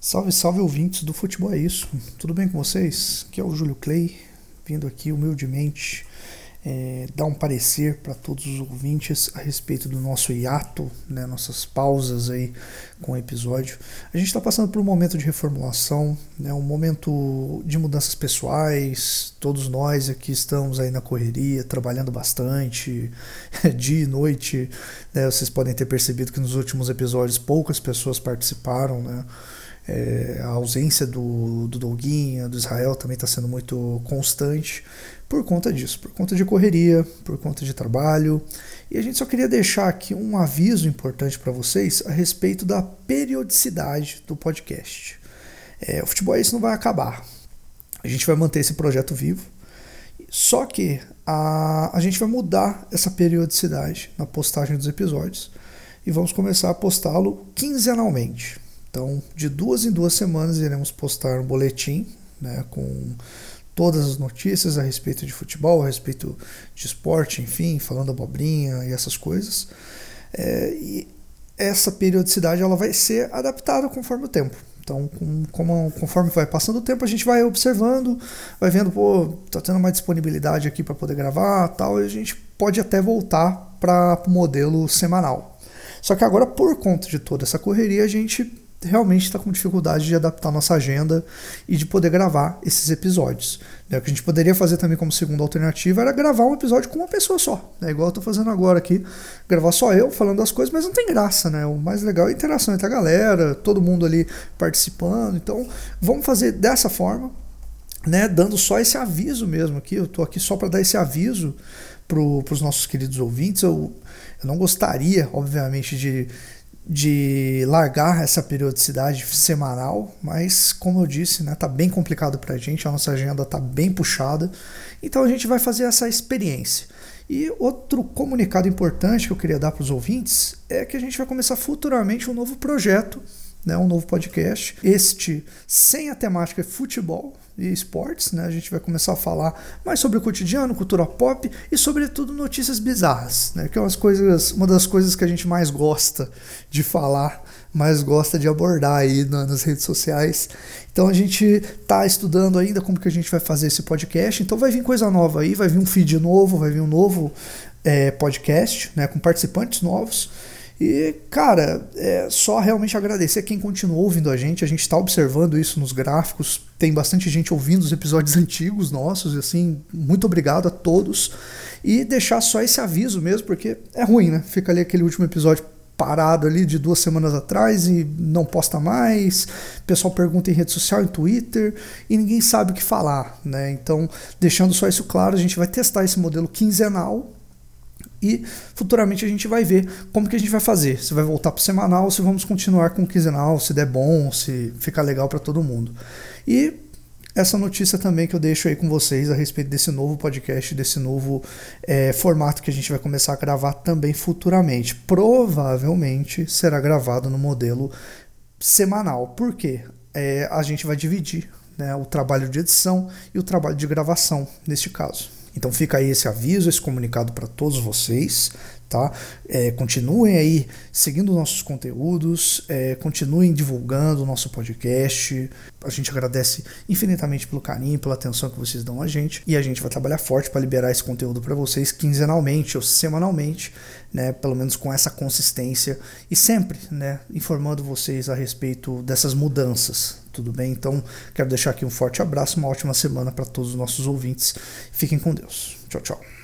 Salve, salve ouvintes do Futebol é Isso. Tudo bem com vocês? Aqui é o Júlio Clay, vindo aqui humildemente dar um parecer para todos os ouvintes a respeito do nosso hiato, né, nossas pausas aí com o episódio. A gente está passando por um momento de reformulação, né, um momento de mudanças pessoais. Todos nós aqui estamos aí na correria, trabalhando bastante, dia e noite, né. Vocês podem ter percebido que nos últimos episódios poucas pessoas participaram, né. A ausência do Doguinha, do Israel também está sendo muito constante por conta disso, por conta de correria, por conta de trabalho. E a gente só queria deixar aqui um aviso importante para vocês a respeito da periodicidade do podcast. O Futebol é Isso não vai acabar. A gente vai manter esse projeto vivo, só que a gente vai mudar essa periodicidade na postagem dos episódios e vamos começar a postá-lo quinzenalmente. Então, de 2 em 2 semanas iremos postar um boletim, né, com todas as notícias a respeito de futebol, a respeito de esporte, enfim, falando abobrinha e essas coisas. E essa periodicidade ela vai ser adaptada conforme o tempo. Então, conforme vai passando o tempo, a gente vai observando, vai vendo, tá tendo uma disponibilidade aqui para poder gravar, tal, e a gente pode até voltar para o modelo semanal. Só que agora, por conta de toda essa correria, a gente realmente está com dificuldade de adaptar nossa agenda e de poder gravar esses episódios. O que a gente poderia fazer também como segunda alternativa era gravar um episódio com uma pessoa só, igual eu estou fazendo agora aqui, gravar só eu falando as coisas, mas não tem graça, né? O mais legal é a interação entre a galera, todo mundo ali participando. Então vamos fazer dessa forma, né? Dando só esse aviso mesmo aqui. Eu estou aqui só para dar esse aviso para os nossos queridos ouvintes. Eu não gostaria, obviamente, de largar essa periodicidade semanal, mas como eu disse, né, tá bem complicado pra gente, a nossa agenda tá bem puxada, então a gente vai fazer essa experiência. E outro comunicado importante que eu queria dar para os ouvintes é que a gente vai começar futuramente um novo projeto, né, um novo podcast, este sem a temática futebol e esportes, né? A gente vai começar a falar mais sobre o cotidiano, cultura pop e sobretudo notícias bizarras, né? Que é uma das coisas que a gente mais gosta de falar, mais gosta de abordar aí nas redes sociais. Então a gente está estudando ainda como que a gente vai fazer esse podcast, então vai vir coisa nova aí, vai vir um feed novo, vai vir um novo podcast, né, com participantes novos. E, cara, só realmente agradecer a quem continuou ouvindo a gente está observando isso nos gráficos, tem bastante gente ouvindo os episódios antigos nossos, e assim, muito obrigado a todos, e deixar só esse aviso mesmo, porque é ruim, né, fica ali aquele último episódio parado ali de 2 semanas atrás e não posta mais, o pessoal pergunta em rede social, em Twitter, e ninguém sabe o que falar, né, então, deixando só isso claro, a gente vai testar esse modelo quinzenal, e futuramente a gente vai ver como que a gente vai fazer, se vai voltar para o semanal, se vamos continuar com o quinzenal, se der bom, se ficar legal para todo mundo. E essa notícia também que eu deixo aí com vocês a respeito desse novo podcast, desse novo formato que a gente vai começar a gravar também futuramente. Provavelmente será gravado no modelo semanal. Por quê? A gente vai dividir, né, o trabalho de edição e o trabalho de gravação neste caso. Então fica aí esse aviso, esse comunicado para todos vocês, tá? Continuem aí seguindo nossos conteúdos, continuem divulgando o nosso podcast. A gente agradece infinitamente pelo carinho, pela atenção que vocês dão a gente, e a gente vai trabalhar forte para liberar esse conteúdo para vocês quinzenalmente ou semanalmente, né? Pelo menos com essa consistência e sempre, né, informando vocês a respeito dessas mudanças. Tudo bem? Então, quero deixar aqui um forte abraço, uma ótima semana para todos os nossos ouvintes. Fiquem com Deus. Tchau, tchau.